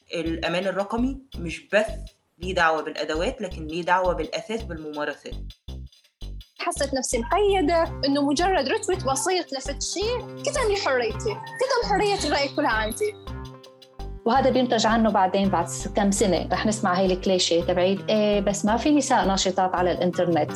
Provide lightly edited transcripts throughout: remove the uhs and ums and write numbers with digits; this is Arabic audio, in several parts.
الأمان الرقمي مش بس ليه دعوة بالأدوات، لكن ليه دعوة بالأساس بالممارسات. حسيت نفسي مقيدة إنه مجرد رتويت بسيط لفت شيء كتم لي حريتي، كتم حرية الرأي كلها عندي. وهذا بينتج عنه بعدين بعد كم سنة رح نسمع هاي الكليشيه تبعيد إيه بس ما في نساء ناشطات على الإنترنت.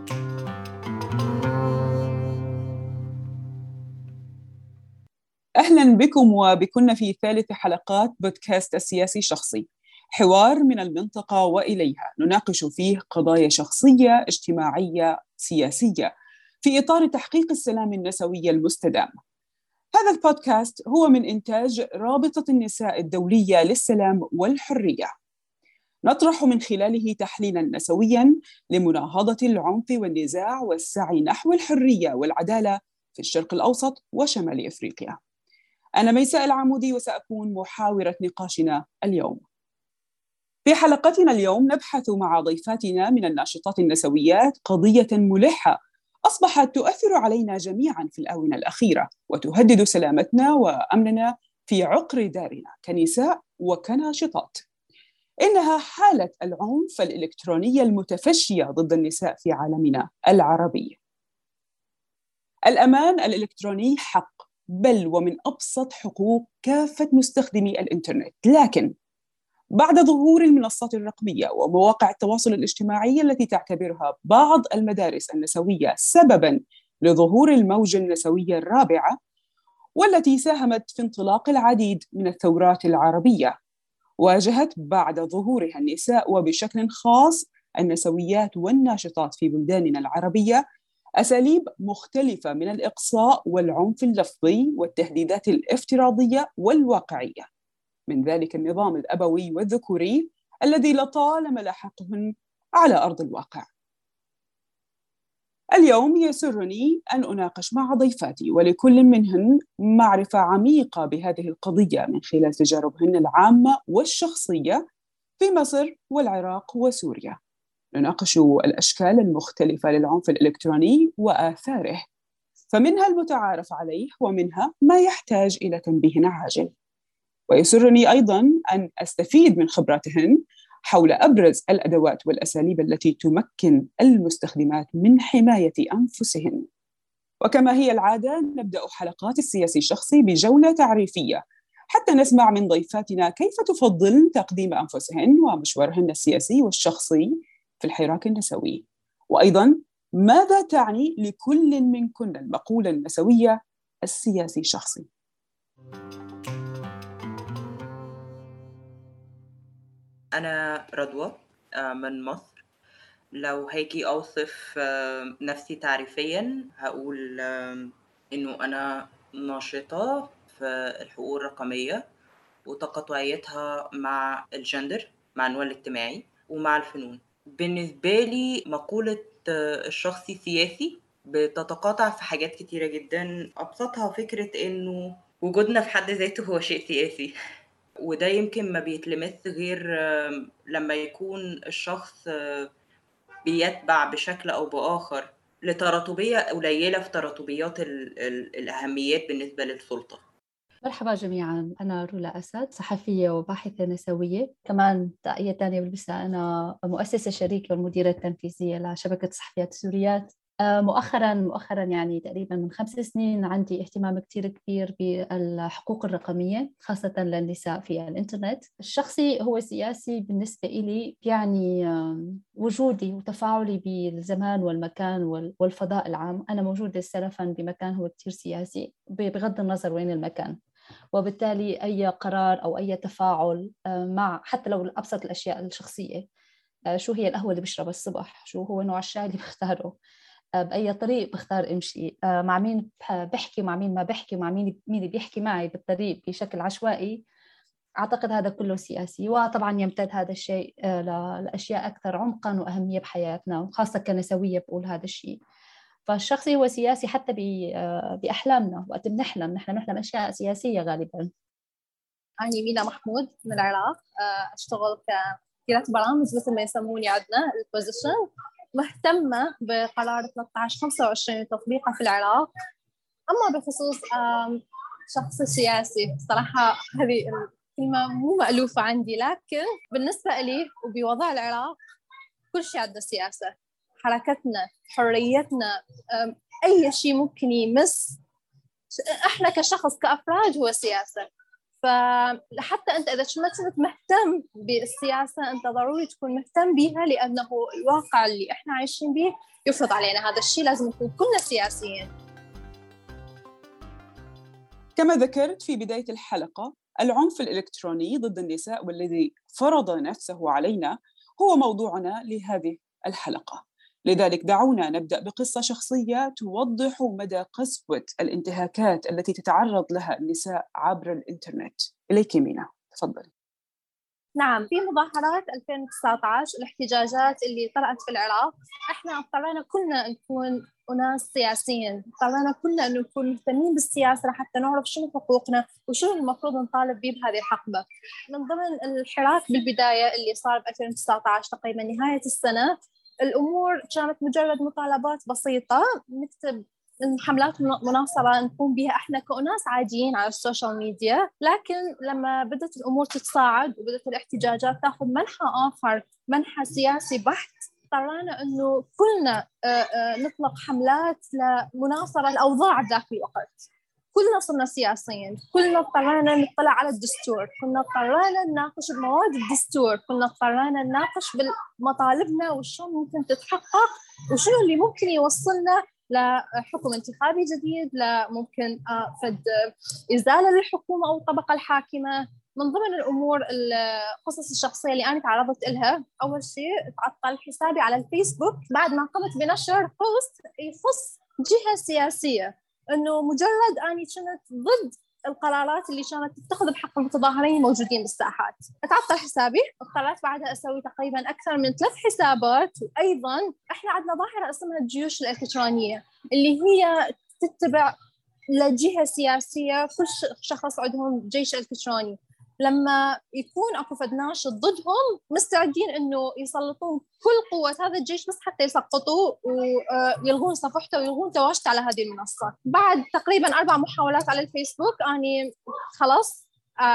أهلا بكم وبكن في ثالث حلقات بودكاست السياسي شخصي، حوار من المنطقة وإليها نناقش فيه قضايا شخصية اجتماعية سياسية في إطار تحقيق السلام النسوي المستدام. هذا البودكاست هو من إنتاج رابطة النساء الدولية للسلام والحرية، نطرح من خلاله تحليلاً نسوياً لمناهضة العنف والنزاع والسعي نحو الحرية والعدالة في الشرق الأوسط وشمال إفريقيا. أنا ميساء العمودي وسأكون محاورة نقاشنا اليوم. في حلقتنا اليوم نبحث مع ضيفاتنا من الناشطات النسويات قضية ملحة أصبحت تؤثر علينا جميعاً في الآونة الأخيرة وتهدد سلامتنا وأمننا في عقر دارنا كنساء وكناشطات. إنها حالة العنف الإلكتروني المتفشية ضد النساء في عالمنا العربي. الأمان الإلكتروني حق، بل ومن أبسط حقوق كافة مستخدمي الإنترنت، لكن بعد ظهور المنصات الرقمية ومواقع التواصل الاجتماعي التي تعتبرها بعض المدارس النسوية سبباً لظهور الموجة النسوية الرابعة والتي ساهمت في انطلاق العديد من الثورات العربية، واجهت بعد ظهورها النساء وبشكل خاص النسويات والناشطات في بلداننا العربية أساليب مختلفة من الإقصاء والعنف اللفظي والتهديدات الافتراضية والواقعية، من ذلك النظام الأبوي والذكوري الذي لطالما لاحقهن على أرض الواقع. اليوم يسرني أن أناقش مع ضيفاتي ولكل منهن معرفة عميقة بهذه القضية من خلال تجاربهن العامة والشخصية في مصر والعراق وسوريا. نناقش الأشكال المختلفة للعنف الإلكتروني وآثاره، فمنها المتعارف عليه ومنها ما يحتاج إلى تنبيه عاجل. ويسرني أيضاً أن أستفيد من خبراتهن حول أبرز الأدوات والأساليب التي تمكن المستخدمات من حماية أنفسهن. وكما هي العادة نبدأ حلقات السياسي الشخصي بجولة تعريفية حتى نسمع من ضيفاتنا كيف تفضل تقديم أنفسهن ومشوارهن السياسي والشخصي في الحراك النسوي، وأيضاً ماذا تعني لكل منكن المقولة النسوية السياسي الشخصي. أنا رضوى من مصر. لو هاجي أوصف نفسي تعريفياً هقول إنه أنا ناشطة في الحقوق الرقمية وتقاطعيتها مع الجندر، مع النوع الاجتماعي ومع الفنون. بالنسبة لي مقولة الشخصي سياسي بتتقاطع في حاجات كتيرة جدا، أبسطها فكرة إنه وجودنا في حد ذاته هو شيء سياسي، وده يمكن ما بيتلمس غير لما يكون الشخص بيتبع بشكل أو بآخر لتراتبية قليلة في تراتبيات الأهميات بالنسبة للسلطة. مرحبا جميعاً، أنا رولا أسد، صحفية وباحثة نسوية، كمان طاقية تانية بلبسها أنا مؤسسة شريكة والمديرة التنفيذية لشبكة صحفيات السوريات. مؤخراً يعني تقريباً من 5 سنين عندي اهتمام كتير كبير بالحقوق الرقمية خاصة للنساء في الإنترنت. الشخصي هو سياسي بالنسبة إلي، يعني وجودي وتفاعلي بالزمان والمكان والفضاء العام. أنا موجودة سلفاً بمكان هو كتير سياسي بغض النظر وين المكان، وبالتالي أي قرار أو أي تفاعل مع حتى لو أبسط الأشياء الشخصية، شو هي القهوة اللي بشربها الصبح، شو هو نوع الشاي اللي بختاره، بأي طريق بختار أمشي، مع مين بحكي ومع مين ما بحكي ومع مين اللي بيحكي معي بالطريق بشكل عشوائي، أعتقد هذا كله سياسي. وطبعا يمتد هذا الشيء لأشياء أكثر عمقاً وأهمية بحياتنا، وخاصة كنسوية بقول هذا الشيء. فالشخصي هو سياسي حتى بأحلامنا، وقت بنحلم نحن أشياء سياسية غالباً. أنا مينا محمود من العراق، أشتغل كمديرة برامج مثل ما يسموني عندنا البوزيشن، مهتمة بقرار 1325 تطبيقه في العراق. أما بخصوص شخص سياسي، صراحة هذه كلمة مو مألوفة عندي، لكن بالنسبة لي وبوضع العراق كل شيء عندنا سياسة. حركتنا، حريتنا، أي شيء ممكن يمس إحنا كشخص كأفراد هو سياسة. فحتى أنت إذا ما كنت مهتم بالسياسة أنت ضروري تكون مهتم بها، لأنه الواقع اللي إحنا عايشين به يفرض علينا هذا الشيء. لازم نكون كلنا سياسيين. كما ذكرت في بداية الحلقة، العنف الإلكتروني ضد النساء والذي فرض نفسه علينا هو موضوعنا لهذه الحلقة. لذلك دعونا نبدأ بقصة شخصية توضح مدى قسوة الانتهاكات التي تتعرض لها النساء عبر الإنترنت. إليك مينا، تفضلي. نعم، في مظاهرات 2019 الاحتجاجات اللي طلعت في العراق، احنا اضطرينا كلنا نكون أناس سياسيين، اضطرينا كلنا أن نكون مهتمين بالسياسة حتى نعرف شنو حقوقنا وشنو المفروض نطالب به بهذه الحقبة. من ضمن الحراك بالبداية اللي صار ب 2019 تقريبا نهاية السنة، الأمور كانت مجرد مطالبات بسيطة، نكتب حملات مناصرة نقوم بها احنا كأناس عاديين على السوشيال ميديا. لكن لما بدأت الأمور تتصاعد وبدأت الاحتجاجات تأخذ منحى آخر، منحى سياسي بحت، اضطرينا أنه كلنا نطلق حملات لمناصرة الأوضاع ذاك الوقت. كلنا صرنا سياسيين، كلنا اضطرينا نطلع على الدستور، كلنا اضطرينا نناقش بمواد الدستور، كلنا اضطرينا نناقش بمطالبنا وشو ممكن تتحقق وشنو اللي ممكن يوصلنا لحكم انتخابي جديد، لممكن فد إزالة للحكومة أو الطبقة الحاكمة. من ضمن الأمور القصص الشخصية اللي أنا تعرضت لها، أول شيء تعطل حسابي على الفيسبوك بعد ما قمت بنشر بوست يخص جهة سياسية، إنه مجرد أني كنت ضد القرارات اللي كانت تتخذ بحق المتظاهرين الموجودين بالساحات. تعطل حسابي، اضطريت بعدها أسوي تقريبا أكثر من 3 حسابات. وأيضا إحنا عندنا ظاهرة اسمها الجيوش الإلكترونية اللي هي تتبع لجهة سياسية، كل شخص عندهم جيش إلكتروني. لما يكون اكو فد ناشط ضدهم مستعدين انه يسلطون كل قوة هذا الجيش بس حتى يسقطوه ويلغون صفحته ويلغون تواجده على هذه المنصة. بعد تقريبا 4 محاولات على الفيسبوك أني خلاص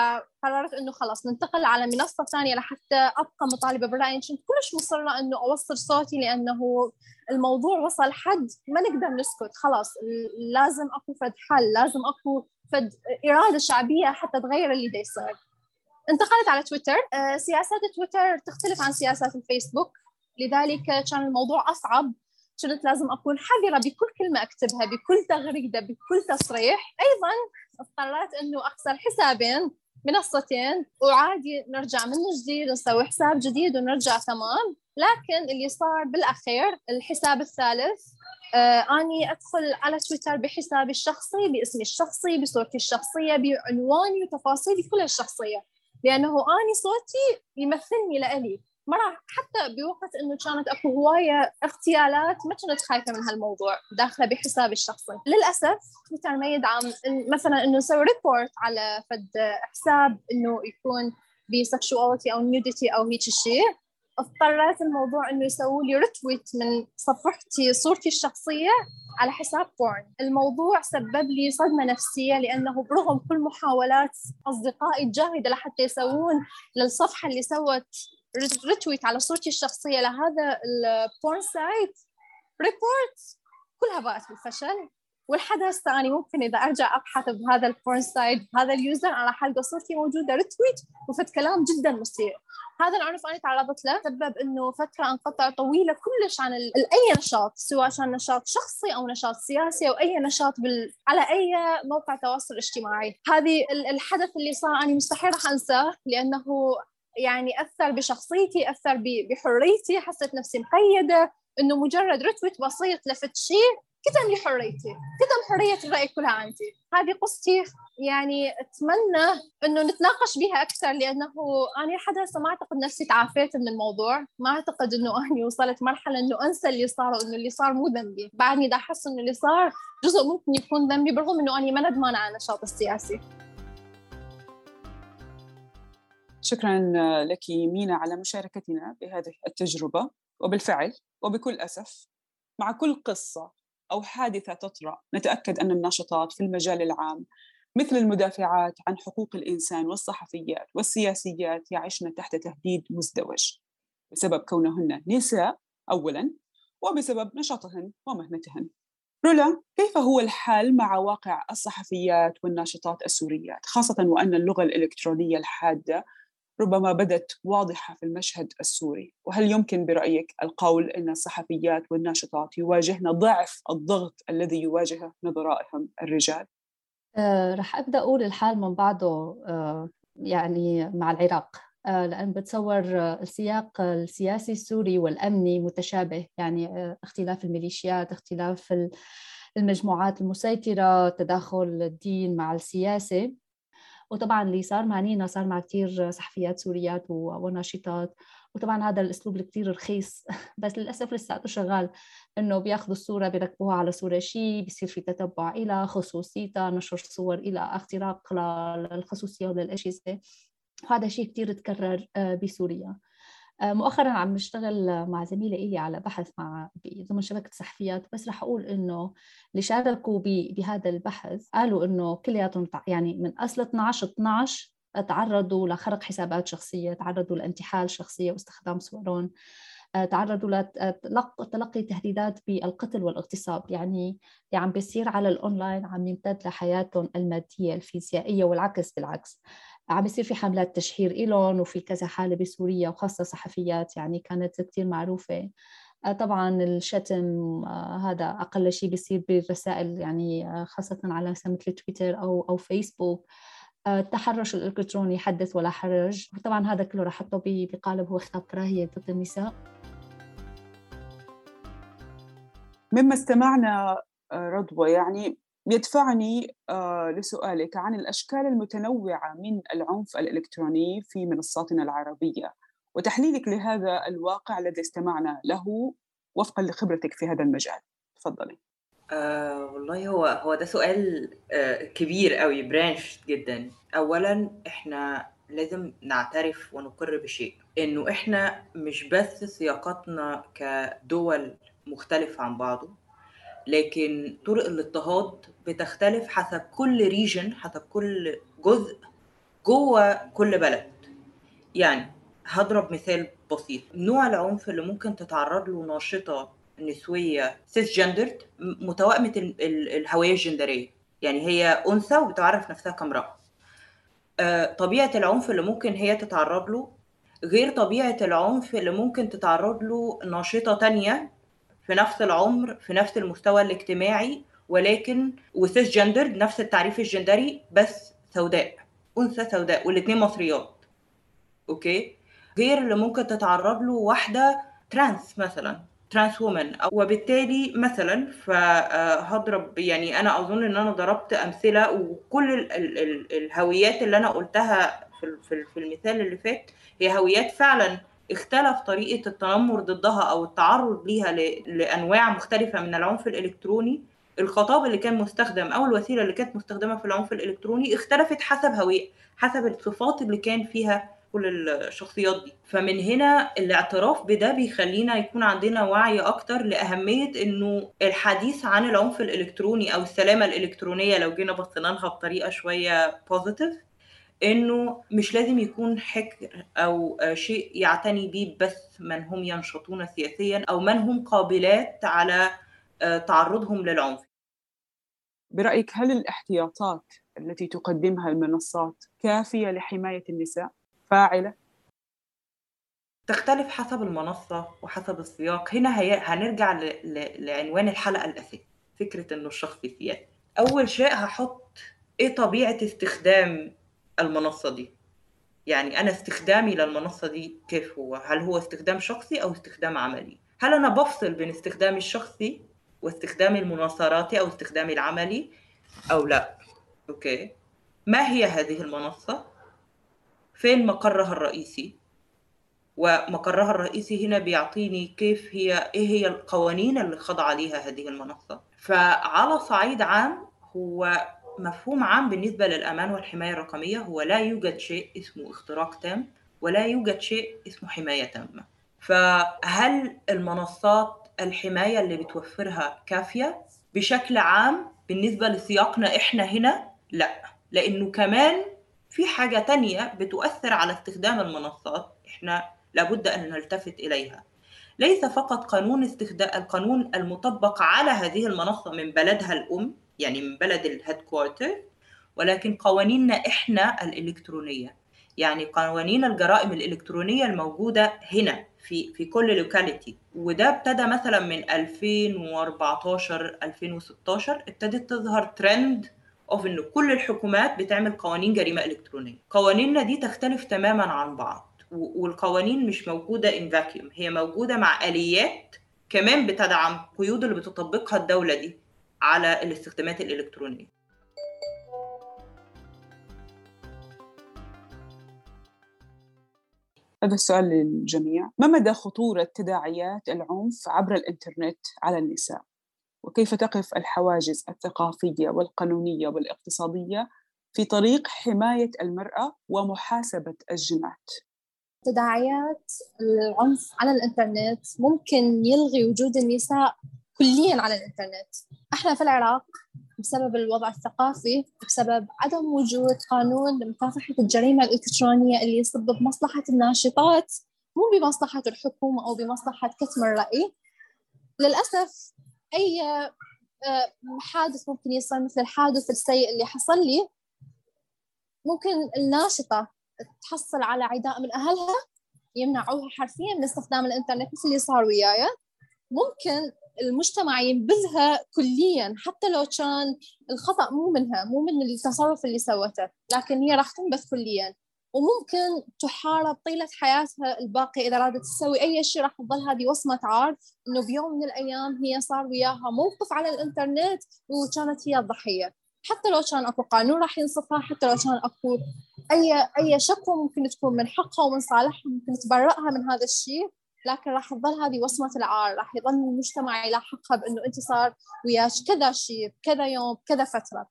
قررت انه خلاص ننتقل على منصة ثانية لحتى ابقى مطالبة بالرأي. كنت كلش مصرة انه اوصل صوتي لانه الموضوع وصل حد ما نقدر نسكت. خلاص لازم اكو فد حل، لازم اكو فد إرادة شعبية حتى تغير اللي دا يصير. انتقلت على تويتر. سياسات تويتر تختلف عن سياسات الفيسبوك، لذلك كان الموضوع أصعب. كنت لازم أكون حذرة بكل كلمة أكتبها، بكل تغريدة، بكل تصريح. أيضا اضطريت أنه أخسر حسابين، منصتين، وعادي نرجع من جديد نسوي حساب جديد ونرجع تمام. لكن اللي صار بالأخير الحساب الثالث، أني أدخل على تويتر بحسابي الشخصي، باسمي الشخصي، بصورتي الشخصية، بعنواني وتفاصيلي كلها الشخصية، لأنه أني صوتي يمثلني لألي. مرة حتى بوقت إنه كانت أكو هواية اغتيالات ما كنت خايفة من هالموضوع داخلة بحسابي الشخصي. للأسف تويتر ما يدعم مثلا إنه نسوي ريبورت على فد حساب إنه يكون بسكشواليتي أو نيوديتي أو هيك شيء. اضطريت الموضوع إنه يسووا لي ريتويت من صفحتي صورتي الشخصية على حساب بورن. الموضوع سبب لي صدمة نفسية، لأنه برغم كل محاولات أصدقائي الجاهدة لحتى يسوون للصفحة اللي سوت ريتويت على صورتي الشخصية لهذا البورن سايت ريبورت، كلها بقت بالفشل. والحد هسه أنا ممكن إذا أرجع أبحث بهذا البورن سايت بهذا اليوزر أنا حلقة صورتي موجودة ريتويت وفت كلام جدا مسيء. هذا العنف أنا تعرضت له سبب إنه فترة انقطع طويلة كلش عن أي نشاط، سواء كان نشاط شخصي أو نشاط سياسي أو أي نشاط على أي موقع تواصل اجتماعي. هذه الحدث اللي صار أنا مستحيل راح أنساه، لأنه يعني أثر بشخصيتي، أثر بحريتي، حسيت نفسي مقيدة. إنه مجرد رتويت بسيط لفت شيء كتم لي حريتي، كتم حرية الرأي كلها عندي. هذه قصتي، يعني أتمنى إنه نتناقش بها أكثر، لأنه أنا لحد هسه ما أعتقد نفسي تعافيت من الموضوع. ما أعتقد إنه أنا وصلت مرحلة إنه أنسى اللي صار وإنه اللي صار مو ذنبي. بعدني دا أحس إنه اللي صار جزء ممكن يكون ذنبي، برغم إنه أنا ما ندمانة على النشاط السياسي. شكراً لك مينا على مشاركتنا بهذه التجربة. وبالفعل وبكل أسف مع كل قصة أو حادثة تطرأ نتأكد أن الناشطات في المجال العام مثل المدافعات عن حقوق الإنسان والصحفيات والسياسيات يعيشن تحت تهديد مزدوج بسبب كونهن نساء أولاً، وبسبب نشاطهن ومهنتهن. رولا، كيف هو الحال مع واقع الصحفيات والناشطات السوريات، خاصة وأن اللغة الإلكترونية الحادة ربما بدت واضحة في المشهد السوري؟ وهل يمكن برأيك القول أن الصحفيات والناشطات يواجهن ضعف الضغط الذي يواجهه نظرائهم الرجال؟ رح أبدأ أقول الحال من بعضه يعني مع العراق، لأن بتصور السياق السياسي السوري والأمني متشابه، يعني اختلاف الميليشيات، اختلاف المجموعات المسيطرة، تداخل الدين مع السياسة. وطبعا اللي صار معنينا صار مع كتير صحفيات سوريات وناشطات، وطبعا هذا الأسلوب الكتير رخيص بس للأسف لساته شغال، إنه بياخذوا الصورة بيركبوها على صورة شيء، بيصير في تتبع إلى خصوصيتها، نشر صور إلى اختراق للخصوصية وللأجهزة. وهذا شيء كتير تكرر بسوريا. مؤخرا عم نشتغل مع زميلة إلي على بحث مع ضمن شبكة صحفيات، بس رح أقول إنه اللي شاركوا بهذا البحث قالوا إنه كلياتهم يعني من أصل 12 تعرضوا لخرق حسابات شخصية، تعرضوا لانتحال شخصية واستخدام صورهم، تعرضوا لتلقي تهديدات بالقتل والاغتصاب. يعني اللي عم بيصير على الأونلاين عم يمتد لحياتهم المادية الفيزيائية، والعكس بالعكس. عم يصير في حملات تشهير إلهم، وفي كذا حالة بسوريا وخاصة صحفيات يعني كانت كتير معروفة. طبعا الشتم هذا أقل شيء بيصير بالرسائل، يعني خاصة على مثل تويتر أو فيسبوك. التحرش الإلكتروني حدث ولا حرج. طبعا هذا كله رح أحطه بقالب هو خطاب كراهية ضد النساء. مما استمعنا رضوى يعني يدفعني لسؤالك عن الأشكال المتنوعة من العنف الإلكتروني في منصاتنا العربية، وتحليلك لهذا الواقع الذي استمعنا له وفقاً لخبرتك في هذا المجال. تفضلي. والله هو ده سؤال كبير قوي، برانش جدا. أولا إحنا لازم نعترف ونقر بشيء، إنه إحنا مش بس سياقاتنا كدول مختلفة عن بعضه، لكن طرق الاضطهاد بتختلف حسب كل ريجن، حسب كل جزء جوه كل بلد. يعني هضرب مثال بسيط، نوع العنف اللي ممكن تتعرض له ناشطة نسوية سيس جندرد متوائمة الهوية الجندرية، يعني هي أنثى وبتعرف نفسها كامرأة. طبيعة العنف اللي ممكن هي تتعرض له غير طبيعة العنف اللي ممكن تتعرض له ناشطة تانية في نفس العمر، في نفس المستوى الاجتماعي، ولكن وسيس جندرد نفس التعريف الجندري بس سوداء، أنثى سوداء، والاتنين مصريات. اوكي، غير اللي ممكن تتعرض له واحده ترانس مثلا، ترانس وومن. وبالتالي مثلا فهضرب، يعني انا اظن ان انا ضربت امثله، وكل الهويات اللي انا قلتها في المثال اللي فات هي هويات فعلا اختلف طريقه التنمر ضدها او التعرض ليها لانواع مختلفه من العنف الالكتروني. الخطاب اللي كان مستخدم او الوسيله اللي كانت مستخدمه في العنف الالكتروني اختلفت حسب هويه، حسب الصفات اللي كان فيها كل الشخصيات دي. فمن هنا الاعتراف بده بيخلينا يكون عندنا وعي أكتر لأهمية إنه الحديث عن العنف الإلكتروني أو السلامة الإلكترونية، لو جينا بصينا لها بطريقة شوية بوزيتيف، إنه مش لازم يكون حكر أو شيء يعتني به بس من هم ينشطون سياسيا أو من هم قابلات على تعرضهم للعنف. برأيك هل الاحتياطات التي تقدمها المنصات كافية لحماية النساء؟ فاعلة؟ تختلف حسب المنصة وحسب السياق. هنا هنرجع لعنوان الحلقة الأساسي، فكرة إنه الشخص سياسي. أول شيء هحط إيه طبيعة استخدام المنصة دي، يعني أنا استخدامي للمنصة دي كيف هو؟ هل هو استخدام شخصي أو استخدام عملي؟ هل أنا بفصل بين استخدامي الشخصي واستخدامي المناصراتي أو استخدامي العملي أو لا؟ أوكي، ما هي هذه المنصة؟ فين مقرها الرئيسي؟ ومقرها الرئيسي هنا بيعطيني كيف هي، ايه هي القوانين اللي خضع ليها هذه المنصة. فعلى صعيد عام، هو مفهوم عام بالنسبة للأمان والحماية الرقمية، هو لا يوجد شيء اسمه اختراق تام ولا يوجد شيء اسمه حماية تامة. فهل المنصات الحماية اللي بتوفرها كافية؟ بشكل عام بالنسبة لسياقنا إحنا هنا لا، لأنه كمان في حاجة تانية بتؤثر على استخدام المنصات إحنا لابد أن نلتفت إليها. ليس فقط قانون استخدام القانون المطبق على هذه المنصة من بلدها الأم، يعني من بلد الهيدكوارتر، ولكن قوانيننا إحنا الإلكترونية، يعني قوانين الجرائم الإلكترونية الموجودة هنا في كل لوكاليتي. وده ابتدى مثلا من 2014 2016 ابتدت تظهر ترند اوف ان كل الحكومات بتعمل قوانين جريمة إلكترونية. قوانيننا دي تختلف تماما عن بعض، والقوانين مش موجودة in vacuum، هي موجودة مع آليات كمان بتدعم قيود اللي بتطبقها الدولة دي على الاستخدامات الإلكترونية. هذا السؤال للجميع: ما مدى خطورة تداعيات العنف عبر الإنترنت على النساء؟ وكيف تقف الحواجز الثقافية والقانونية والاقتصادية في طريق حماية المرأة ومحاسبة الجنات؟ تداعيات العنف على الإنترنت ممكن يلغي وجود النساء كلياً على الإنترنت. إحنا في العراق بسبب الوضع الثقافي، بسبب عدم وجود قانون لمكافحة الجريمة الإلكترونية اللي يصب بمصلحة الناشطات مو بمصلحة الحكومة أو بمصلحة كتم الرأي، للأسف أي حادث ممكن يصير مثل الحادث السيء اللي حصل لي، ممكن الناشطة تحصل على عداء من أهلها يمنعوها حرفياً من استخدام الإنترنت مثل اللي صار وياي. ممكن المجتمع ينبذها كلياً حتى لو كان الخطأ مو منها، مو من التصرف اللي سوته، لكن هي راح تنبذ كلياً. وممكن تحارب طيلة حياتها الباقية إذا رادت تسوي أي شيء، راح تظل هذه وصمة عار إنه بيوم من الأيام هي صار وياها موقف على الإنترنت وكانت هي الضحية. حتى لو كان أكو قانون راح ينصفها، حتى لو كان أكو أي شكوى ممكن تكون من حقها ومن صالحها ممكن تبرئها من هذا الشيء، لكن راح تظل هذه وصمة العار، راح يظل المجتمع يلاحقها بأنه أنت صار وياك كذا شيء كذا يوم كذا فترة.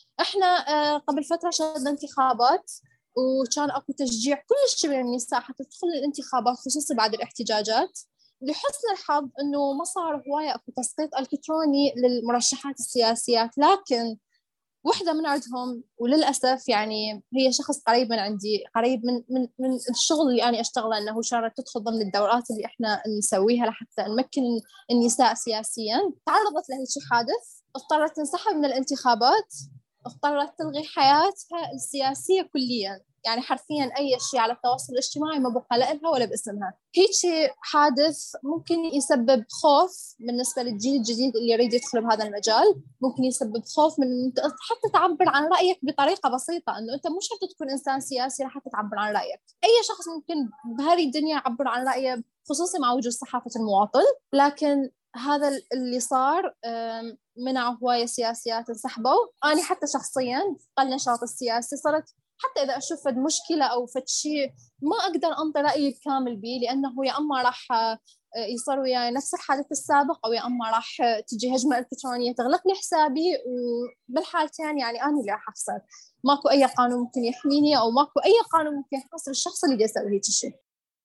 إحنا قبل فترة شهدنا انتخابات، وكان أكو تشجيع كل من النساء حتى تدخل الانتخابات، خصوصا بعد الاحتجاجات. لحسن الحظ إنه ما صار هواية أكو تسقيط إلكتروني للمرشحات السياسيات، لكن وحدة من عندهم وللأسف يعني هي شخص قريب من عندي، قريب من الشغل اللي أنا أشتغله، أنه شارت تدخل ضمن الدورات اللي إحنا نسويها لحتى نمكن النساء سياسياً. تعرضت لهيك حادث، اضطرت تنسحب من الانتخابات، اضطرت تلغي حياتها السياسية كلياً، يعني حرفياً أي شيء على التواصل الاجتماعي ما بقى لها ولا باسمها. هيك حادث ممكن يسبب خوف بالنسبة للجيل الجديد اللي يريد يدخل بهذا المجال، ممكن يسبب خوف من حتى تعبر عن رأيك بطريقة بسيطة، إنه أنت مش شرط تكون إنسان سياسي لحتى تعبر عن رأيك. أي شخص ممكن بهذه الدنيا يعبر عن رأيه، خصوصا مع وجود صحافة المواطن. لكن هذا اللي صار، منع هواية سياسيات انسحبوا. أنا حتى شخصيا قل نشاط السياسي، صرت حتى إذا أشوف فد مشكلة أو فد شيء ما أقدر أنطي رأيي الكامل به، لأنه يا أما راح يصير وياي نفس الحادث السابق، أو يا أما راح تجي هجمة إلكترونية تغلق لي حسابي، وبالحالتين يعني أنا اللي راح أخسر. ماكو أي قانون ممكن يحميني، أو ماكو أي قانون ممكن يحصل الشخص اللي يسوي هيك شيء.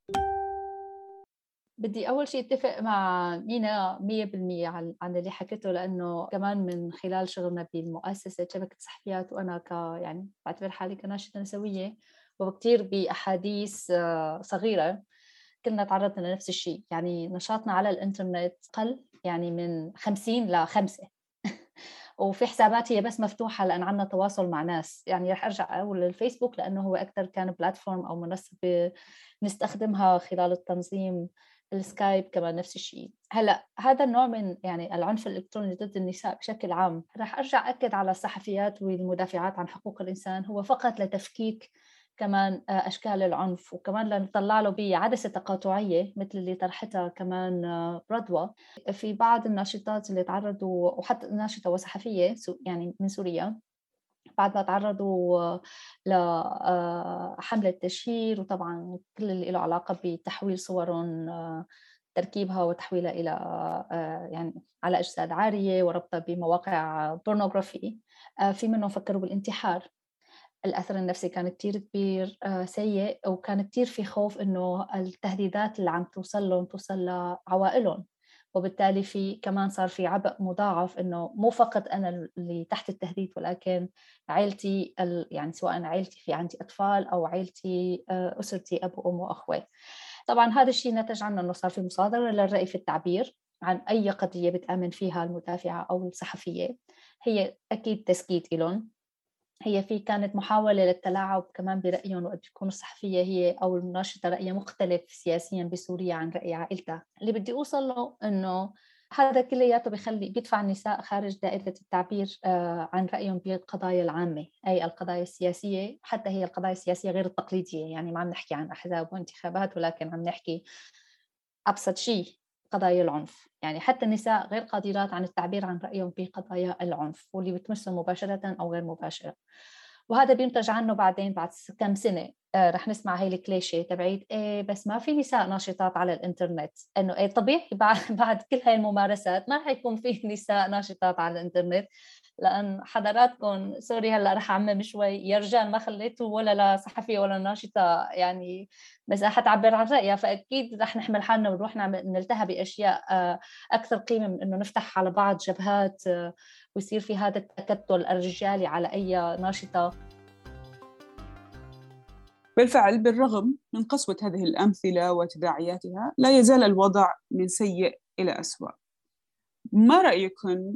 بدي أول شيء أتفق مع مينا 100% عن اللي حكيته، لأنه كمان من خلال شغلنا بالمؤسسة شبكة صحفيات، وأنا يعني بعتبر حالي كناشطة نسوية، وكتير بأحاديث صغيرة كنا تعرضنا لنفس الشيء. يعني نشاطنا على الإنترنت قل يعني من 50 ل5 وفي حسابات هي بس مفتوحة لأن عنا تواصل مع ناس. يعني رح أرجع أقول للفيسبوك لأنه هو أكثر كان بلاتفورم أو منصة نستخدمها خلال التنظيم. السكايب كمان نفس الشيء. هلا هذا النوع من يعني العنف الإلكتروني ضد النساء بشكل عام، رح أرجع أكد على الصحفيات والمدافعات عن حقوق الإنسان، هو فقط لتفكيك كمان أشكال العنف، وكمان لنطلع له بعدسة تقاطعية مثل اللي طرحتها كمان رضوى. في بعض الناشطات اللي تعرضوا، وحتى ناشطة وصحفية يعني من سوريا، بعد ما تعرضوا لحملة تشهير، وطبعا كل اللي له علاقة بتحويل صورهم، تركيبها وتحويلها إلى يعني على أجساد عارية وربطها بمواقع بورنوغرافي، في منهم فكروا بالانتحار. الأثر النفسي كان كتير كبير سيء، وكان كتير في خوف إنه التهديدات اللي عم توصل لهم توصل لعوائلهم، وبالتالي في كمان صار في عبء مضاعف، إنه مو فقط أنا اللي تحت التهديد، ولكن عائلتي يعني سواء عائلتي في عندي أطفال أو عائلتي أسرتي أب وأم وأخوة. طبعا هذا الشيء نتج عنه إنه صار في مصادرة للرأي في التعبير عن أي قضية بتآمن فيها المدافعة أو الصحفية. هي أكيد تسكيت إلهم، هي في كانت محاولة للتلاعب كمان برأيهم، وقد تكون الصحفية هي أو المناشطة رأيها مختلف سياسيا بسوريا عن رأي عائلتها. اللي بدي أوصل له إنه هذا كلياته بيدفع النساء خارج دائرة التعبير عن رأيهم بالقضايا العامة، أي القضايا السياسية، حتى هي القضايا السياسية غير التقليدية. يعني ما عم نحكي عن أحزاب وانتخابات، ولكن عم نحكي أبسط شيء قضايا العنف. يعني حتى النساء غير قادرات عن التعبير عن رأيهم في قضايا العنف واللي بتمسهم مباشرة أو غير مباشرة. وهذا بينتج عنه بعدين بعد كم سنة رح نسمع هاي الكليشيه تبعيد بس ما في نساء ناشطات على الانترنت. انه طبيعي بعد كل هاي الممارسات ما رح يكون في نساء ناشطات على الانترنت، لأن حضراتكم سوري هلا رح أعمم شوي، يا رجال ما خليتوا ولا لا صحفية ولا ناشطة يعني مساحة تعبر عن رأيها، فأكيد رح نحمل حالنا ونروح نلتهى بأشياء أكثر قيمة من إنه نفتح على بعض جبهات ويصير في هذا التكتل الرجالي على أي ناشطة. بالفعل بالرغم من قسوة هذه الأمثلة وتداعياتها لا يزال الوضع من سيء إلى أسوأ. ما رأيكم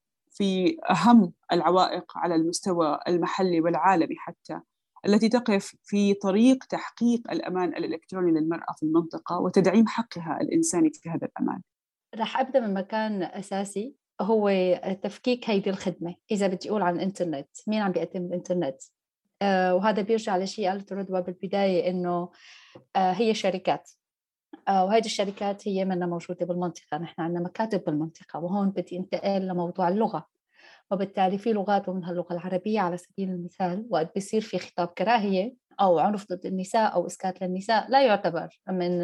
في أهم العوائق على المستوى المحلي والعالمي حتى التي تقف في طريق تحقيق الأمان الإلكتروني للمرأة في المنطقة وتدعيم حقها الإنساني في هذا الأمان؟ رح أبدأ من مكان أساسي، هو تفكيك هيدي الخدمة. إذا بدي أقول عن الإنترنت، مين عم بيقدم الإنترنت؟ وهذا بيرجع لشيء قالته رضوى بالبداية، إنه هي شركات، وهذه الشركات هي منا موجودة بالمنطقة. نحن عندنا مكاتب بالمنطقة، وهون بدي انتقل لموضوع اللغة. وبالتالي في لغات ومنها اللغة العربية على سبيل المثال، وقت بيصير في خطاب كراهية أو عنف ضد النساء أو إسكات للنساء لا يعتبر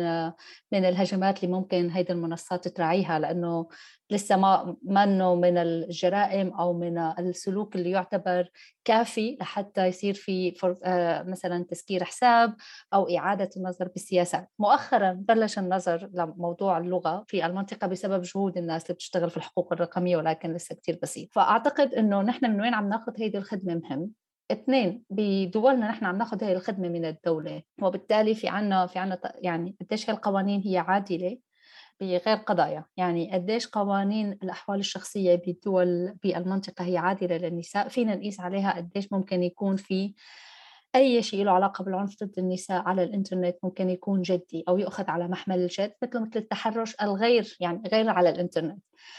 من الهجمات اللي ممكن هيدي المنصات تراعيها، لأنه لسه ما إنه من الجرائم أو من السلوك اللي يعتبر كافي لحتى يصير في مثلا تسكير حساب أو إعادة النظر بالسياسات. مؤخرا بلش النظر لموضوع اللغة في المنطقة بسبب جهود الناس اللي بتشتغل في الحقوق الرقمية، ولكن لسه كتير بسيط. فأعتقد إنه نحن من وين عم ناخذ هيدي الخدمة مهم. اثنين، بدولنا نحن عم ناخذ هاي الخدمة من الدولة، وبالتالي في عنا يعني قديش هالقوانين هي عادلة بغير قضايا. يعني قديش قوانين الأحوال الشخصية بالدول بالمنطقة هي عادلة للنساء، فينا نقيس عليها قديش ممكن يكون في أي شيء له علاقة بالعنف ضد النساء على الإنترنت ممكن يكون جدي أو يؤخذ على محمل الجد، مثل التحرش الغير يعني غير على الإنترنت.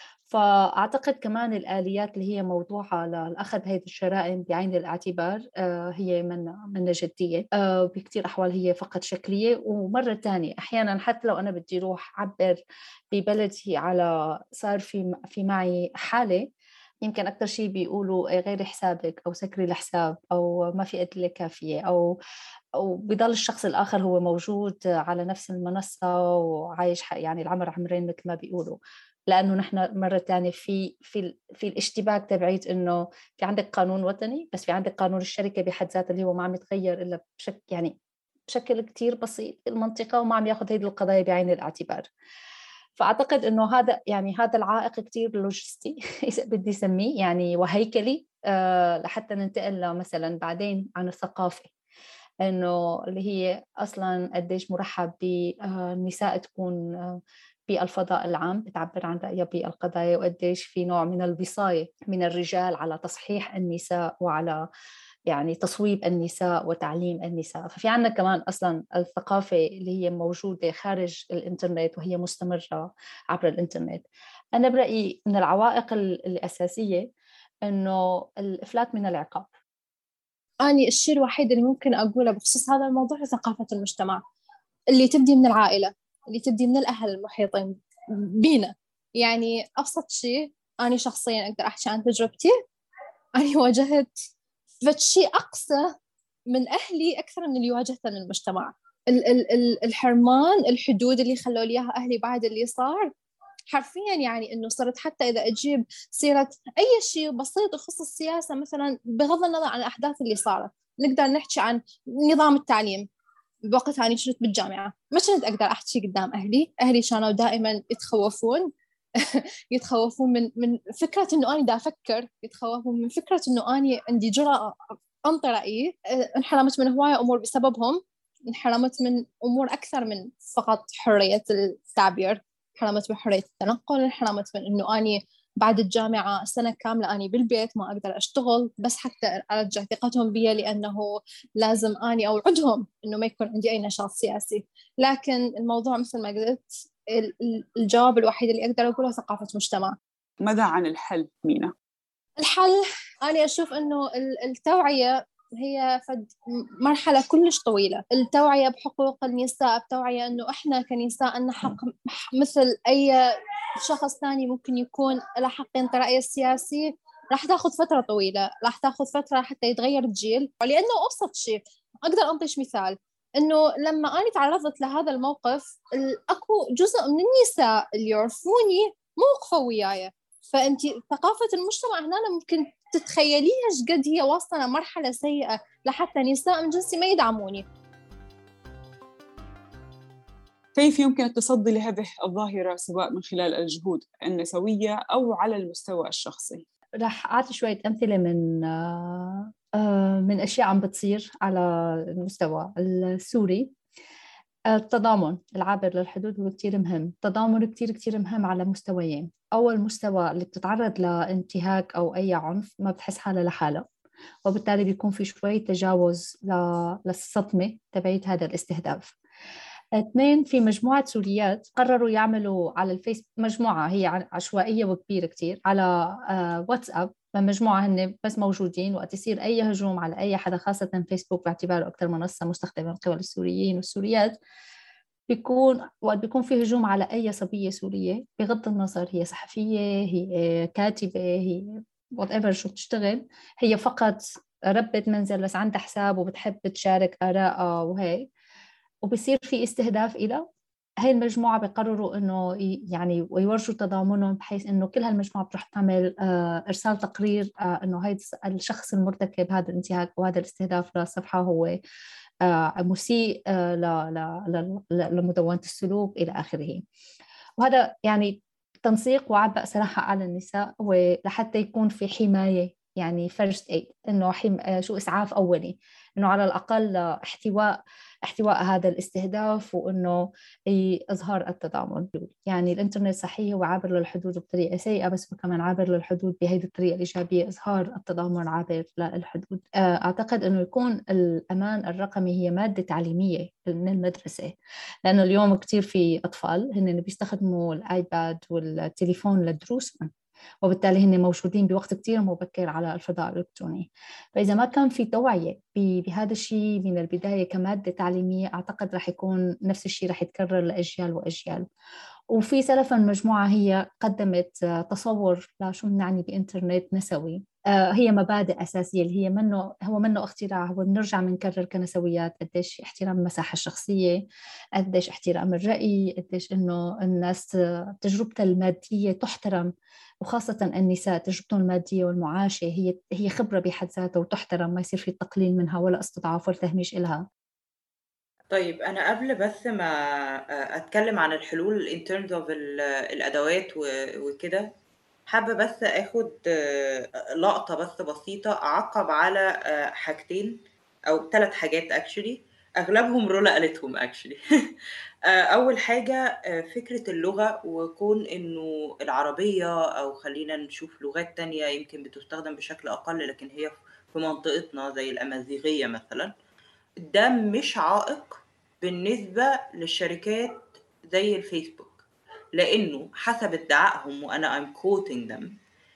فأعتقد كمان الآليات اللي هي موضوعة لأخذ هذه الجرائم بعين الاعتبار هي من جدية، بكتير أحوال هي فقط شكلية. ومرة تانية أحيانا حتى لو أنا بدي روح عبر ببلدي على صار في معي حالة، يمكن أكتر شيء بيقولوا غير حسابك أو سكري الحساب أو ما في أدلة كافية، أو بيضل الشخص الآخر هو موجود على نفس المنصة وعايش يعني العمر عمرين مثل ما بيقولوا. لأنه نحن مرة تانية في الاشتباك تبعيت إنه في عندك قانون وطني، بس في عندك قانون الشركة بحد ذاته اللي هو ما عم يتغير إلا بشكل كتير بسيط المنطقة، وما عم ياخذ هذه القضايا بعين الاعتبار. فأعتقد إنه هذا العائق كتير لوجستي إذا بدي سميه يعني وهيكلي، لحتى ننتقل مثلا بعدين عن الثقافة، إنه اللي هي أصلاً قديش مرحب بالنساء تكون بالفضاء العام بتعبر عن رأيها بالقضايا، وقديش في نوع من الوصاية من الرجال على تصحيح النساء وعلى يعني تصويب النساء وتعليم النساء. ففي عنا كمان أصلاً الثقافة اللي هي موجودة خارج الإنترنت وهي مستمرة عبر الإنترنت. أنا برأيي من العوائق الأساسية إنه الإفلات من العقاب. أنا الشيء الوحيد اللي ممكن أقوله بخصوص هذا الموضوع هو ثقافة المجتمع اللي تبدي من العائلة، اللي تبدي من الأهل المحيطين بينا. يعني أبسط شيء أنا شخصياً أقدر أحكي عن تجربتي، أنا واجهت شيء أقصى من أهلي أكثر من اللي واجهته من المجتمع. الحرمان، الحدود اللي خلوا لي إياها أهلي بعد اللي صار حرفياً، يعني إنه صرت حتى إذا أجيب سيرة أي شيء بسيط يخص السياسة مثلاً، بغض النظر عن الأحداث اللي صارت، نقدر نحكي عن نظام التعليم. بوقتها أنا كنت بالجامعة، ما كنت أقدر أحكي قدام أهلي كانوا دائماً يتخوفون يتخوفون من فكرة إنه أنا دا أفكر، يتخوفون من فكرة إنه أنا عندي جرأة أنطي رأيي. انحرمت من هواية أمور بسببهم، انحرمت من أمور أكثر من فقط حرية التعبير، انحرمت من حرية التنقل، انحرمت من إنه أنا بعد الجامعة سنة كاملة أنا بالبيت ما أقدر أشتغل بس حتى أرجع ثقتهم بي، لأنه لازم أني أوعدهم إنه ما يكون عندي أي نشاط سياسي. لكن الموضوع مثل ما قلت، الجواب الوحيد اللي أقدر أقوله ثقافة مجتمع. ماذا عن الحل مينا؟ الحل أنا أشوف إنه التوعية هي مرحلة كلش طويلة. التوعية بحقوق النساء، التوعية إنه إحنا كنساء أن حق مثل أي شخص ثاني ممكن يكون له حق ينطي رأيه السياسي، راح تاخذ فترة طويلة، راح تاخذ فترة حتى يتغير الجيل. لأنه أبسط شيء أقدر أنطيش مثال، إنه لما أنا تعرضت لهذا الموقف، أكو جزء من النساء اللي يعرفوني مو وقفوا وياي. فأنت ثقافة المجتمع هنا ممكن تتخيليها قد هي واصلة مرحلة سيئة لحتى نساء من جنسي ما يدعموني. كيف يمكن التصدي لهذه الظاهرة سواء من خلال الجهود النسوية أو على المستوى الشخصي؟ راح أعطي شوية أمثلة من أشياء عم بتصير على المستوى السوري. التضامن العابر للحدود هو كتير مهم. التضامن كتير مهم على مستويين. أول مستوى اللي بتتعرض لانتهاك أو أي عنف ما بتحس حالها لحالها، وبالتالي بيكون في شوية تجاوز للصدمة تبعيت هذا الاستهداف. 2، في مجموعة سوريات قرروا يعملوا على الفيسبوك، مجموعة هي عشوائية وكبيرة كتير، على واتساب، مجموعة هن بس موجودين وقت يصير أي هجوم على أي حدا، خاصة فيسبوك باعتباره أكثر منصة مستخدمة من قبل السوريين والسوريات. وقت بيكون في هجوم على أي صبية سورية، بغض النظر هي صحفية، هي كاتبة، هي whatever شو بتشتغل، هي فقط ربة منزل بس عندها حساب وبتحب تشارك آرائها وهيك، وبصير في استهداف إلى هاي المجموعة، بيقرروا إنه يعني ويورجوا تضامنهم، بحيث إنه كل هالمجموعة بتروح تعمل إرسال تقرير إنه هاي الشخص المرتكب هذا الانتهاك وهذا الاستهداف للصفحة هو مسيء لمدونة السلوك إلى آخره. وهذا يعني تنسيق وعبء صراحة على النساء، ولحتى يكون في حماية، يعني first aid، إنه شو إسعاف أولي، إنه على الأقل احتواء هذا الاستهداف، وإنه إظهار التضامن. يعني الإنترنت صحيح هو عابر للحدود بطريقة سيئة، بس هو كمان عابر للحدود بهذه الطريقة الإيجابية، إظهار التضامن عابر للحدود. أعتقد إنه يكون الأمان الرقمي هي مادة تعليمية من المدرسة، لأنه اليوم كتير في أطفال هن بيستخدموا الآيباد والتليفون لدروسهم، وبالتالي هن موجودين بوقت كتير مبكر على الفضاء الإلكتروني. فإذا ما كان في توعية بهذا الشيء من البداية كمادة تعليمية، أعتقد رح يكون نفس الشيء رح يتكرر لأجيال وأجيال. وفي سلفا مجموعة هي قدمت تصور لشو بنعني بإنترنت نسوي. هي مبادئ أساسية اللي هي منه اختراع، هو بنرجع بنكرر كنسويات: قديش احترام المساحة الشخصية، قديش احترام الرأي، قديش إنه الناس تجربتها المادية تحترم، وخاصة النساء تجربتهم المادية والمعاشة هي خبرة بحد ذاتها وتحترم، ما يصير في تقليل منها ولا استضعاف ولا تهميش إلها. طيب أنا قبل بس ما أتكلم عن الحلول in terms of الأدوات وكده، حابة بس أخد لقطة بس بسيطة أعقب على حاجتين أو 3 حاجات actually، أغلبهم رولا قالتهم actually. أول حاجة فكرة اللغة، وكون إنه العربية أو خلينا نشوف لغات تانية يمكن بتستخدم بشكل أقل، لكن هي في منطقتنا زي الأمازيغية مثلا، ده مش عائق بالنسبة للشركات زي الفيسبوك، لأنه حسب ادعائهم وأنا I'm quoting them،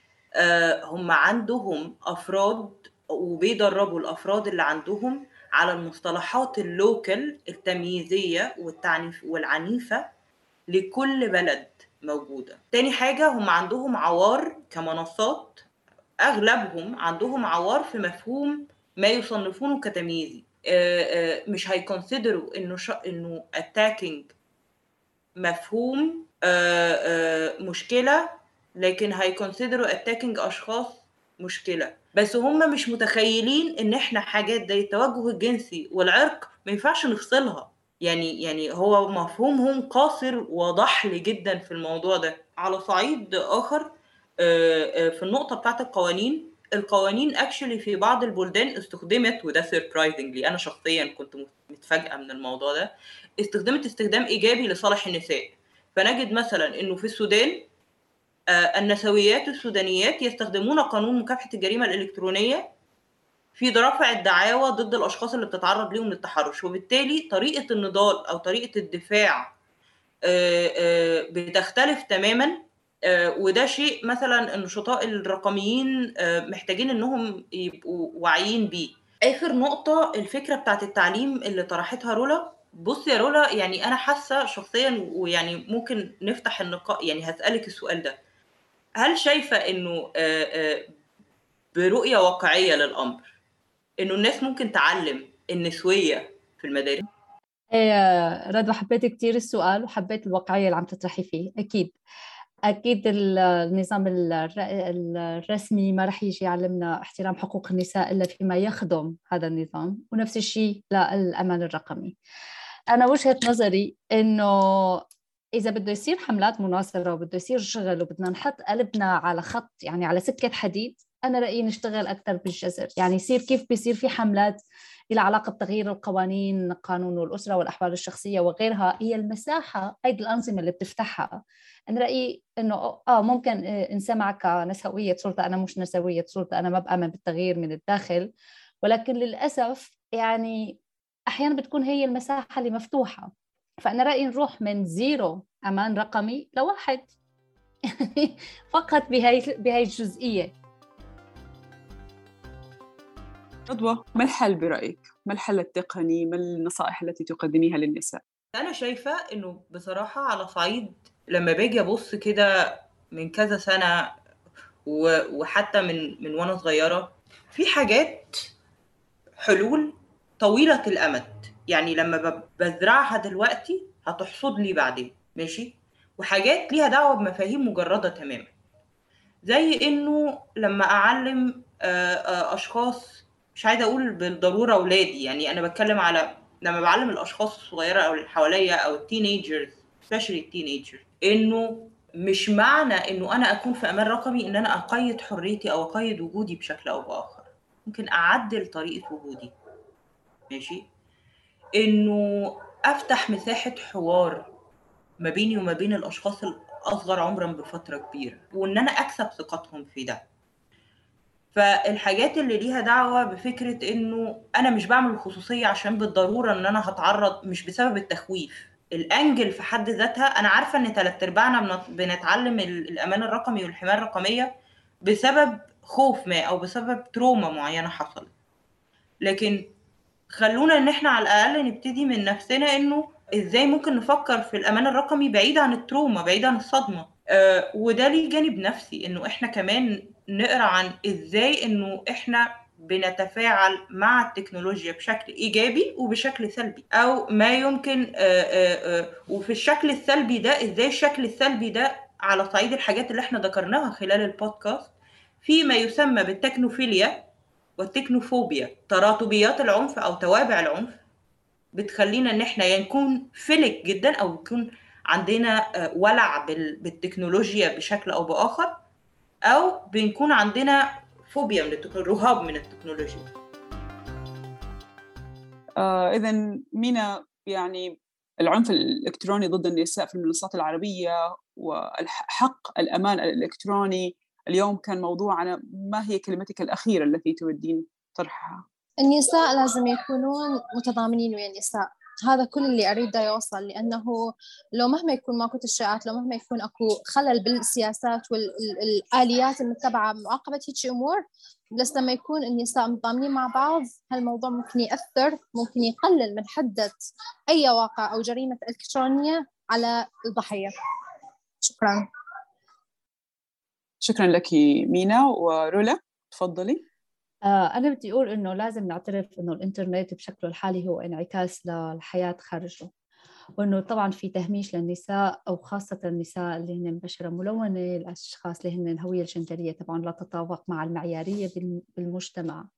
هم عندهم أفراد وبيدربوا الأفراد اللي عندهم على المصطلحات اللوكال التمييزية والعنيفة لكل بلد موجودة. تاني حاجة، هم عندهم عوار كمنصات، أغلبهم عندهم عوار في مفهوم ما يصنفونه كتمييزي. مش هيكونسيدروا إنه attacking مفهوم مشكلة، لكن هيكونسيدروا attacking أشخاص مشكلة. بس هم مش متخيلين إن إحنا حاجات زي التوجه الجنسي والعرق ما ينفعش نفصلها. يعني هو مفهومهم قاصر وضحل جدا في الموضوع ده. على صعيد آخر في النقطة بتاعت القوانين actually في بعض البلدان استخدمت، وده surprisingly أنا شخصيا كنت متفاجئة من الموضوع ده، استخدمت استخدام إيجابي لصالح النساء. فنجد مثلا إنه في السودان النسويات السودانيات يستخدمون قانون مكافحة الجريمة الإلكترونية في رفع الدعاوى ضد الأشخاص اللي بتتعرض لهم للتحرش، وبالتالي طريقة النضال أو طريقة الدفاع بتختلف تماما. وده شيء مثلا النشطاء الرقميين محتاجين انهم يبقوا واعيين بيه. اخر نقطة الفكرة بتاعت التعليم اللي طرحتها رولا. بص يا رولا، يعني انا حاسة شخصيا، ويعني ممكن نفتح النقاش، يعني هسألك السؤال ده، هل شايفة انه برؤية واقعية للامر انه الناس ممكن تعلم النسوية في المدارس؟ رضوى، حبيت كتير السؤال وحبيت الواقعية اللي عم تطرحي فيه. أكيد النظام الرسمي ما رح يجي يعلمنا احترام حقوق النساء إلا فيما يخدم هذا النظام، ونفس الشيء للأمان الرقمي. أنا وجهة نظري إنه إذا بده يصير حملات مناصرة وبده يصير شغل وبدنا نحط قلبنا على خط، يعني على سكة حديد، أنا رأيي نشتغل أكثر بالجذر. يعني يصير كيف بيصير في حملات لها علاقة بتغيير القوانين، قانون الأسرة والأحوال الشخصية وغيرها، هي المساحة، هيدي الأنظمة اللي بتفتحها. أنا رأيي إنه ممكن انسمع كنسوية سلطة، أنا مش نسوية سلطة، أنا ما بآمن بالتغيير من الداخل، ولكن للأسف يعني أحيانا بتكون هي المساحة اللي مفتوحة. فأنا رأيي نروح من 0 أمان رقمي ل1 فقط بهاي الجزئية. رضوى، ما الحل برأيك؟ ما الحل التقني؟ ما النصائح التي تقدميها للنساء؟ أنا شايفة إنه بصراحة على صعيد لما باجي أبص كده من كذا سنة وحتى من وأنا صغيرة، في حاجات حلول طويلة الأمد، يعني لما بزرعها دلوقتي هتحصد لي بعدين، ماشي؟ وحاجات ليها دعوة بمفاهيم مجردة تماما، زي إنه لما أعلم أشخاص، مش عايزة أقول بالضرورة أولادي، يعني أنا بتكلم على لما بعلم الأشخاص الصغيرة أو اللي حواليا أو التينيجرز، especially التينيجر، إنه مش معنى إنه أنا أكون في أمان رقمي إن أنا أقيد حريتي أو أقيد وجودي بشكل أو بآخر. ممكن أعدل طريقة وجودي، ماشي؟ إنه أفتح مساحة حوار ما بيني وما بين الأشخاص الأصغر عمرًا بفترة كبيرة، وإن أنا أكسب ثقتهم في ده. فالحاجات اللي ليها دعوة بفكرة إنه أنا مش باعمل الخصوصية عشان بالضرورة إن أنا هاتعرّض، مش بسبب التخويف. الأنجل في حد ذاتها، أنا عارفة إن 3/4 بنتعلم الأمان الرقمي والحماية الرقمية بسبب خوف ما أو بسبب تروما معينة حصلت، لكن خلّونا إن إحنا على الأقل نبتدي من نفسنا إنه إزاي ممكن نفكّر في الأمان الرقمي بعيد عن التروما، بعيد عن الصدمة. وده ليه جانب نفسي، إنه إحنا كمان نقرا عن إزاي إنه إحنا بنتفاعل مع التكنولوجيا بشكل إيجابي وبشكل سلبي، أو ما يمكن وفي الشكل السلبي ده إزاي الشكل السلبي ده على صعيد الحاجات اللي إحنا ذكرناها خلال البودكاست في ما يسمى بالتكنوفيليا والتكنوفوبيا، تراتبيات العنف أو توابع العنف، بتخلّينا إن إحنا يا نكون فِلِك جدًا أو يكون عندنا ولع بالتكنولوجيا بشكل أو بآخر، أو بنكون عندنا فوبيا من رهاب من التكنولوجيا. إذن مينا، يعني العنف الإلكتروني ضد النساء في المنصات العربية وحق الأمان الإلكتروني اليوم كان موضوعنا. ما هي كلمتك الأخيرة التي تودين طرحها؟ النساء لازم يكونون متضامنين ويا النساء، هذا كل اللي أريده يوصل، لأنه لو مهما يكون ماكو تشريعات، لو مهما يكون أكو خلل بالسياسات والآليات المتبعة بمعاقبة هيك أمور، بس لما يكون النساء متضامنين مع بعض هالموضوع ممكن يأثر، ممكن يقلل من حدة أي واقع أو جريمة إلكترونية على الضحية. شكراً. شكراً لك مينا. ورولا تفضلي. أنا بدي أقول إنه لازم نعترف إنه الإنترنت بشكله الحالي هو انعكاس للحياة خارجه، وإنه طبعاً في تهميش للنساء أو خاصة النساء اللي هن بشرة ملونة، الأشخاص اللي هن الهوية الجندرية طبعاً لا تتطابق مع المعيارية بالمجتمع.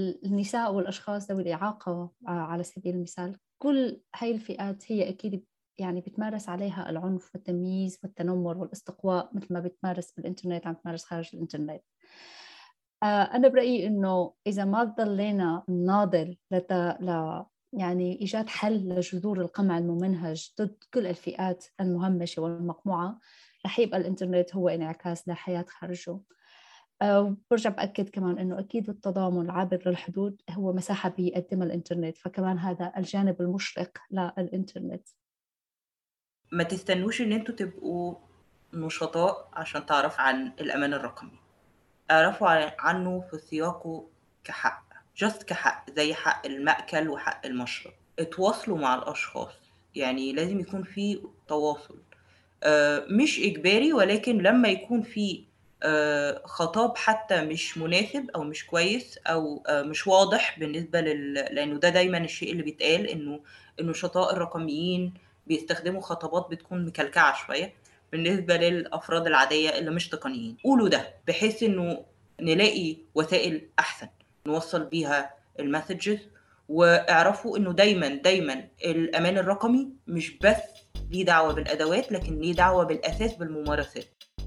النساء والأشخاص ذوي الإعاقة على سبيل المثال، كل هاي الفئات هي أكيد يعني بتمارس عليها العنف والتمييز والتنمر والاستقواء مثل ما بتمارس بالإنترنت عم تمارس خارج الإنترنت. أنا برأيي إنه إذا ما ضلينا نناضل يعني إيجاد حل لجذور القمع الممنهج ضد كل الفئات المهمشة والمقموعة، رح يبقى الإنترنت هو انعكاس لحياة خارجه. وبرجع بأكد كمان إنه أكيد التضامن العابر للحدود هو مساحة بيقدمها الإنترنت، فكمان هذا الجانب المشرق للإنترنت. ما تستنوش إن أنتوا تبقوا نشطاء عشان تعرفوا عن الأمان الرقمي، اعرفوا عنه في سياقه كحق، جست كحق زي حق المأكل وحق المشرب. اتواصلوا مع الأشخاص، يعني لازم يكون في تواصل مش إجباري، ولكن لما يكون في خطاب حتى مش مناسب أو مش كويس أو مش واضح بالنسبة لأنه ده دايما الشيء اللي بيتقال، إنه النشطاء الرقميين بيستخدموا خطابات بتكون مكلكعة شوية بالنسبة للأفراد العادية اللي مش تقنيين. قولوا ده بحيث إنه نلاقي وسائل أحسن نوصل بيها المسجز، واعرفوا إنه دايما الأمان الرقمي مش بس ليه دعوة بالأدوات، لكن ليه دعوة بالأساس بالممارسات.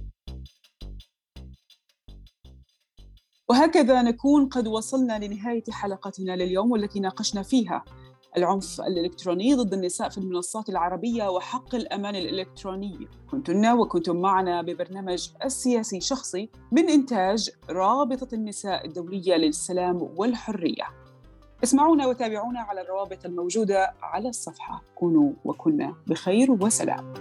وهكذا نكون قد وصلنا لنهاية حلقتنا لليوم، والتي ناقشنا فيها العنف الإلكتروني ضد النساء في المنصات العربية وحق الأمان الإلكتروني. كنتن وكنتم معنا ببرنامج السياسي شخصي من إنتاج رابطة النساء الدولية للسلام والحرية. اسمعونا وتابعونا على الروابط الموجودة على الصفحة. كونوا وكنا بخير وسلام.